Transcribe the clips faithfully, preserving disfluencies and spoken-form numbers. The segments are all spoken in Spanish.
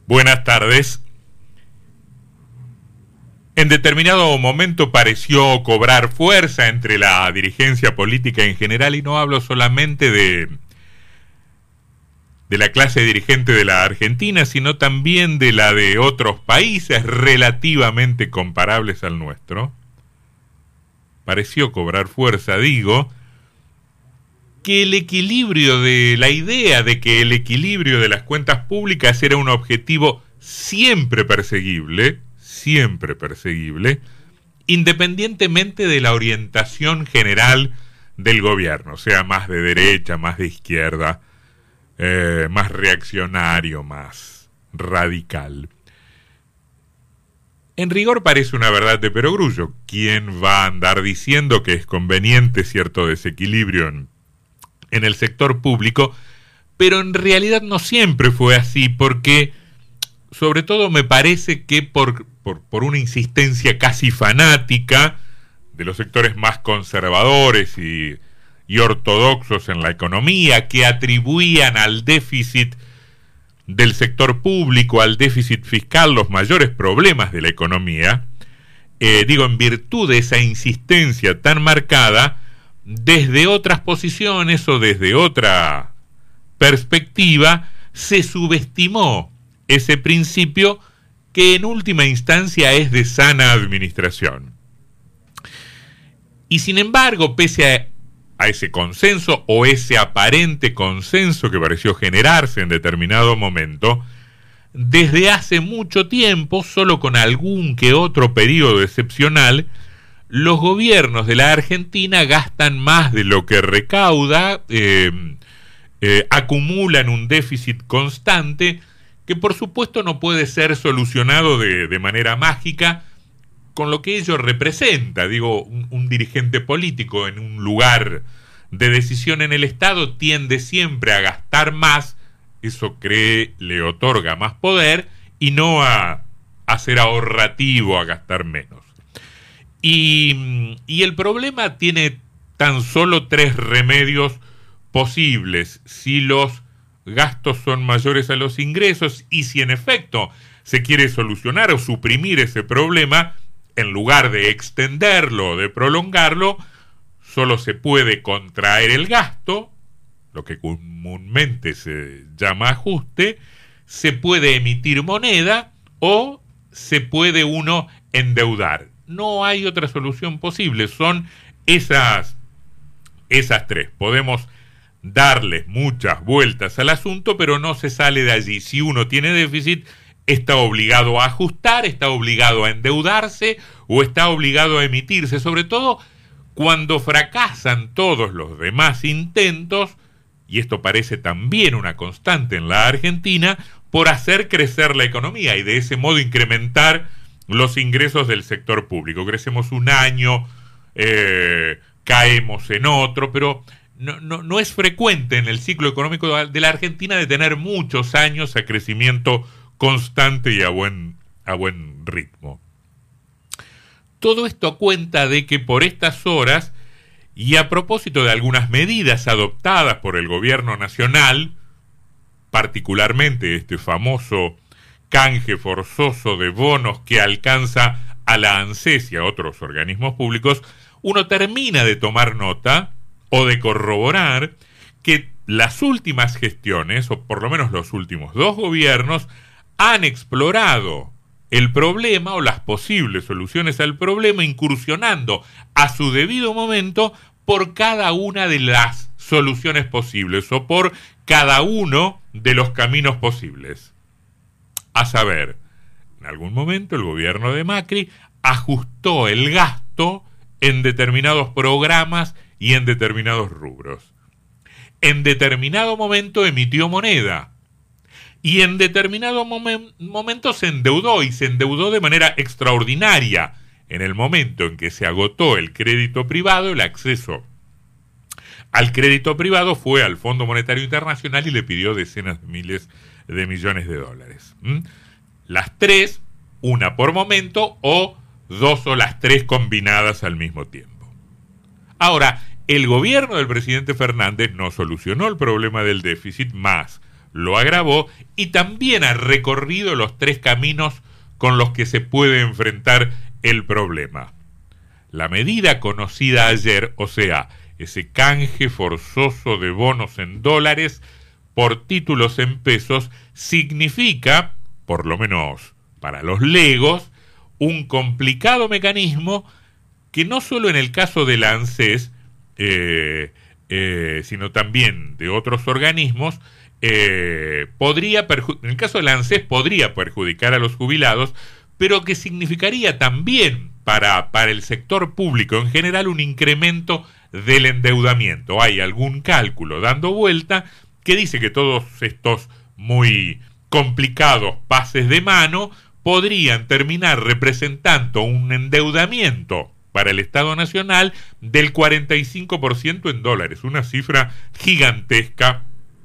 Buenas tardes. En determinado momento pareció cobrar fuerza entre la dirigencia política en general, y no hablo solamente de, de la clase dirigente de la Argentina, sino también de la de otros países relativamente comparables al nuestro. Pareció cobrar fuerza, digo, que el equilibrio de la idea de que el equilibrio de las cuentas públicas era un objetivo siempre perseguible, siempre perseguible, independientemente de la orientación general del gobierno, sea más de derecha, más de izquierda, eh, más reaccionario, más radical. En rigor parece una verdad de perogrullo. ¿Quién va a andar diciendo que es conveniente cierto desequilibrio en, en el sector público? Pero en realidad no siempre fue así, porque sobre todo me parece que por, por, por una insistencia casi fanática de los sectores más conservadores y, y ortodoxos en la economía, que atribuían al déficit del sector público, al déficit fiscal, los mayores problemas de la economía, eh, digo, en virtud de esa insistencia tan marcada, desde otras posiciones o desde otra perspectiva, se subestimó ese principio que en última instancia es de sana administración. Y sin embargo, pese a a ese consenso o ese aparente consenso que pareció generarse en determinado momento, desde hace mucho tiempo, solo con algún que otro periodo excepcional, los gobiernos de la Argentina gastan más de lo que recauda, eh, eh, acumulan un déficit constante que por supuesto no puede ser solucionado de, de manera mágica, con lo que ello representa. Digo, un, un dirigente político en un lugar de decisión en el Estado tiende siempre a gastar más, eso cree, le otorga más poder, y no a, a ser ahorrativo, a gastar menos. Y, y el problema tiene tan solo tres remedios posibles: si los gastos son mayores a los ingresos, y si en efecto se quiere solucionar o suprimir ese problema, en lugar de extenderlo o de prolongarlo, solo se puede contraer el gasto, lo que comúnmente se llama ajuste, se puede emitir moneda o se puede uno endeudar. No hay otra solución posible, son esas, esas tres. Podemos darles muchas vueltas al asunto, pero no se sale de allí. Si uno tiene déficit, está obligado a ajustar, está obligado a endeudarse o está obligado a emitirse, sobre todo cuando fracasan todos los demás intentos, y esto parece también una constante en la Argentina, por hacer crecer la economía y de ese modo incrementar los ingresos del sector público. Crecemos un año, eh, caemos en otro, pero no, no, no es frecuente en el ciclo económico de la Argentina de tener muchos años a crecimiento constante y a buen, a buen ritmo. Todo esto a cuenta de que por estas horas, y a propósito de algunas medidas adoptadas por el gobierno nacional, particularmente este famoso canje forzoso de bonos que alcanza a la ANSES y a otros organismos públicos, uno termina de tomar nota o de corroborar que las últimas gestiones, o por lo menos los últimos dos gobiernos, han explorado el problema o las posibles soluciones al problema, incursionando a su debido momento por cada una de las soluciones posibles o por cada uno de los caminos posibles. A saber, en algún momento el gobierno de Macri ajustó el gasto en determinados programas y en determinados rubros. En determinado momento emitió moneda. Y en determinado momen- momento se endeudó, y se endeudó de manera extraordinaria. En el momento en que se agotó el crédito privado, el acceso al crédito privado, fue al Fondo Monetario Internacional y le pidió decenas de miles de millones de dólares. ¿Mm? Las tres, una por momento, o dos o las tres combinadas al mismo tiempo. Ahora, el gobierno del presidente Fernández no solucionó el problema del déficit, más lo agravó y también ha recorrido los tres caminos con los que se puede enfrentar el problema. La medida conocida ayer, o sea, ese canje forzoso de bonos en dólares por títulos en pesos, significa, por lo menos para los legos, un complicado mecanismo que no solo en el caso de la ANSES, eh, eh, sino también de otros organismos, eh, podría perju- en el caso de la ANSES podría perjudicar a los jubilados, pero que significaría también para, para el sector público en general un incremento del endeudamiento. Hay algún cálculo dando vuelta que dice que todos estos muy complicados pases de mano podrían terminar representando un endeudamiento para el Estado Nacional del cuarenta y cinco por ciento en dólares, una cifra gigantesca,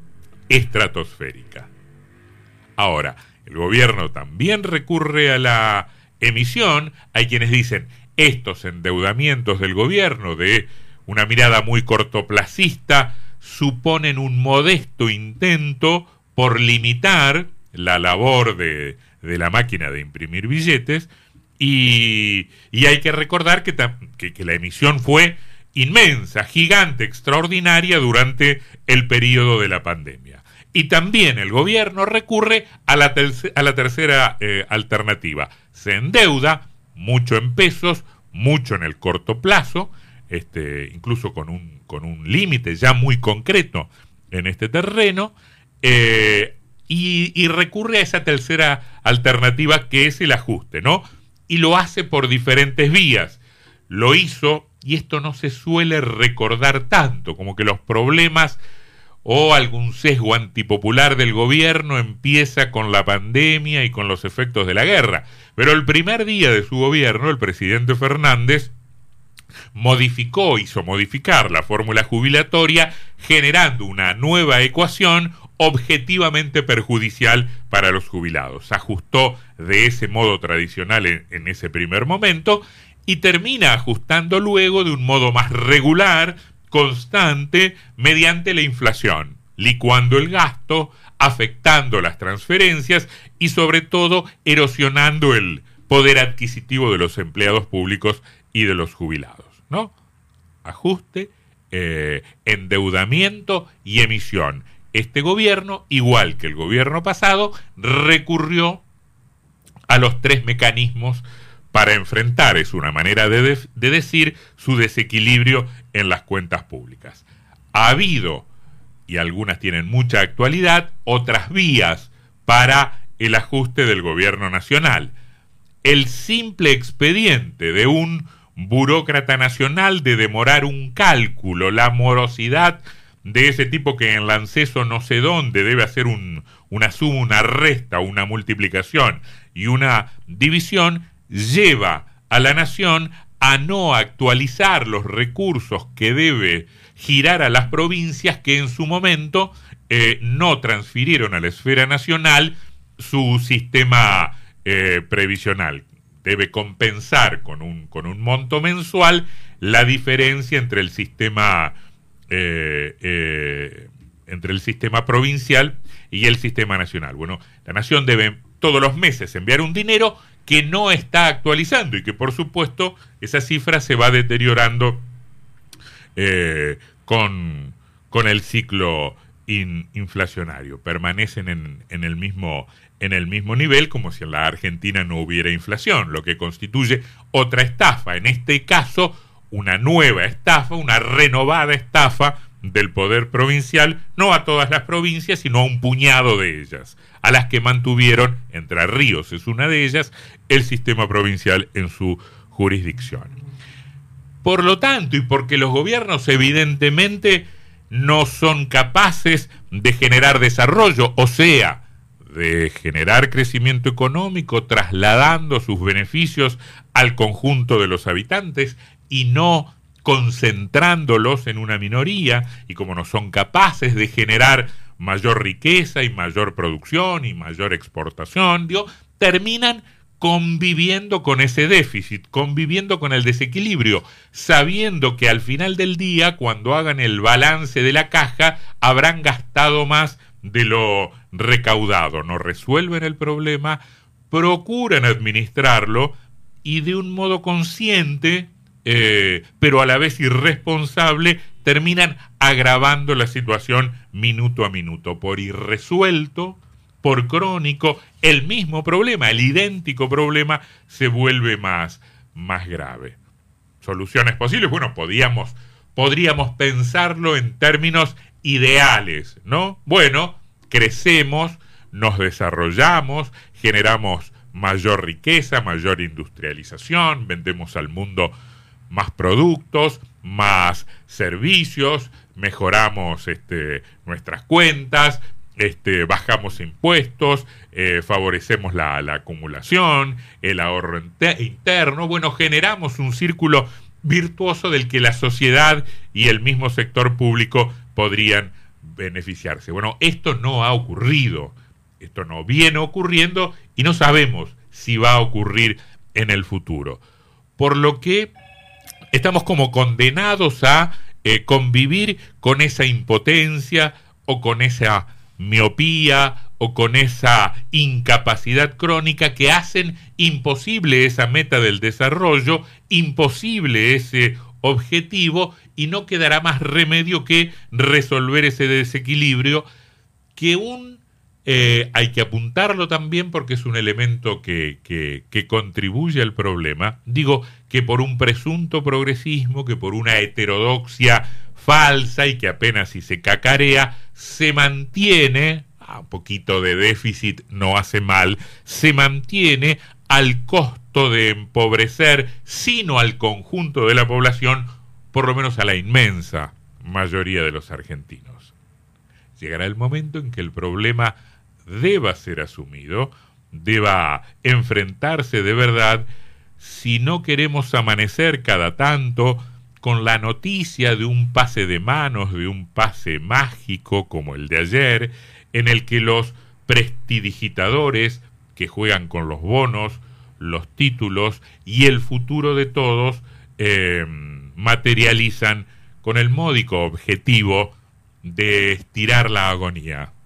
estratosférica. Ahora, el gobierno también recurre a la emisión. Hay quienes dicen, estos endeudamientos del gobierno de una mirada muy cortoplacista suponen un modesto intento por limitar la labor de, de la máquina de imprimir billetes y, y hay que recordar que, que, que la emisión fue inmensa, gigante, extraordinaria durante el periodo de la pandemia. Y también el gobierno recurre a la, terce- a la tercera eh, alternativa. Se endeuda mucho en pesos, mucho en el corto plazo, este, incluso con un, con un límite ya muy concreto en este terreno, eh, y, y recurre a esa tercera alternativa que es el ajuste, ¿no? Y lo hace por diferentes vías. Lo hizo, y esto no se suele recordar tanto, como que los problemas o algún sesgo antipopular del gobierno empieza con la pandemia y con los efectos de la guerra. Pero el primer día de su gobierno, el presidente Fernández modificó, hizo modificar la fórmula jubilatoria, generando una nueva ecuación objetivamente perjudicial para los jubilados. Ajustó de ese modo tradicional en, en ese primer momento y termina ajustando luego de un modo más regular, constante, mediante la inflación, licuando el gasto, afectando las transferencias y sobre todo erosionando el poder adquisitivo de los empleados públicos y de los jubilados, ¿no? Ajuste, eh, endeudamiento y emisión. Este gobierno, igual que el gobierno pasado, recurrió a los tres mecanismos para enfrentar, es una manera de, de, de decir, su desequilibrio en las cuentas públicas. Ha habido, y algunas tienen mucha actualidad, otras vías para el ajuste del gobierno nacional. El simple expediente de un burócrata nacional de demorar un cálculo, la morosidad de ese tipo que en la ANSES o no sé dónde debe hacer un, una suma, una resta, una multiplicación y una división, lleva a la nación a no actualizar los recursos que debe girar a las provincias que en su momento eh, no transfirieron a la esfera nacional su sistema eh, previsional. Debe compensar con un, con un monto mensual la diferencia entre el sistema eh, eh, entre el sistema provincial y el sistema nacional. Bueno, la nación debe todos los meses enviar un dinero que no está actualizando y que por supuesto esa cifra se va deteriorando eh, con, con el ciclo in, inflacionario. Permanecen en, en, el mismo, en el mismo nivel como si en la Argentina no hubiera inflación, lo que constituye otra estafa, en este caso una nueva estafa, una renovada estafa del poder provincial, no a todas las provincias, sino a un puñado de ellas, a las que mantuvieron, Entre Ríos es una de ellas, el sistema provincial en su jurisdicción. Por lo tanto, y porque los gobiernos evidentemente no son capaces de generar desarrollo, o sea, de generar crecimiento económico trasladando sus beneficios al conjunto de los habitantes y no concentrándolos en una minoría, y como no son capaces de generar mayor riqueza y mayor producción y mayor exportación, digo, terminan conviviendo con ese déficit, conviviendo con el desequilibrio, sabiendo que al final del día, cuando hagan el balance de la caja, habrán gastado más de lo recaudado. No resuelven el problema, procuran administrarlo y de un modo consciente, eh, pero a la vez irresponsable, terminan agravando la situación minuto a minuto, por irresuelto, por crónico. El mismo problema, el idéntico problema, se vuelve más, más grave. ¿Soluciones posibles? Bueno, podíamos, podríamos pensarlo en términos ideales, ¿no? Bueno, crecemos, nos desarrollamos, generamos mayor riqueza, mayor industrialización, vendemos al mundo más productos, más servicios, mejoramos este, nuestras cuentas, este, bajamos impuestos, eh, favorecemos la, la acumulación, el ahorro interno. Bueno, generamos un círculo virtuoso del que la sociedad y el mismo sector público podrían beneficiarse. Bueno, esto no ha ocurrido, esto no viene ocurriendo y no sabemos si va a ocurrir en el futuro. Por lo que estamos como condenados a eh, convivir con esa impotencia o con esa miopía o con esa incapacidad crónica que hacen imposible esa meta del desarrollo, imposible ese objetivo, y no quedará más remedio que resolver ese desequilibrio que un eh, hay que apuntarlo también porque es un elemento que, que, que contribuye al problema. Digo que por un presunto progresismo, que por una heterodoxia falsa y que apenas si se cacarea, se mantiene, ah, un poquito de déficit no hace mal, se mantiene al costo de empobrecer, sino al conjunto de la población, por lo menos a la inmensa mayoría de los argentinos. Llegará el momento en que el problema deba ser asumido, deba enfrentarse de verdad, si no queremos amanecer cada tanto con la noticia de un pase de manos, de un pase mágico como el de ayer, en el que los prestidigitadores que juegan con los bonos, los títulos y el futuro de todos eh, materializan con el módico objetivo de estirar la agonía.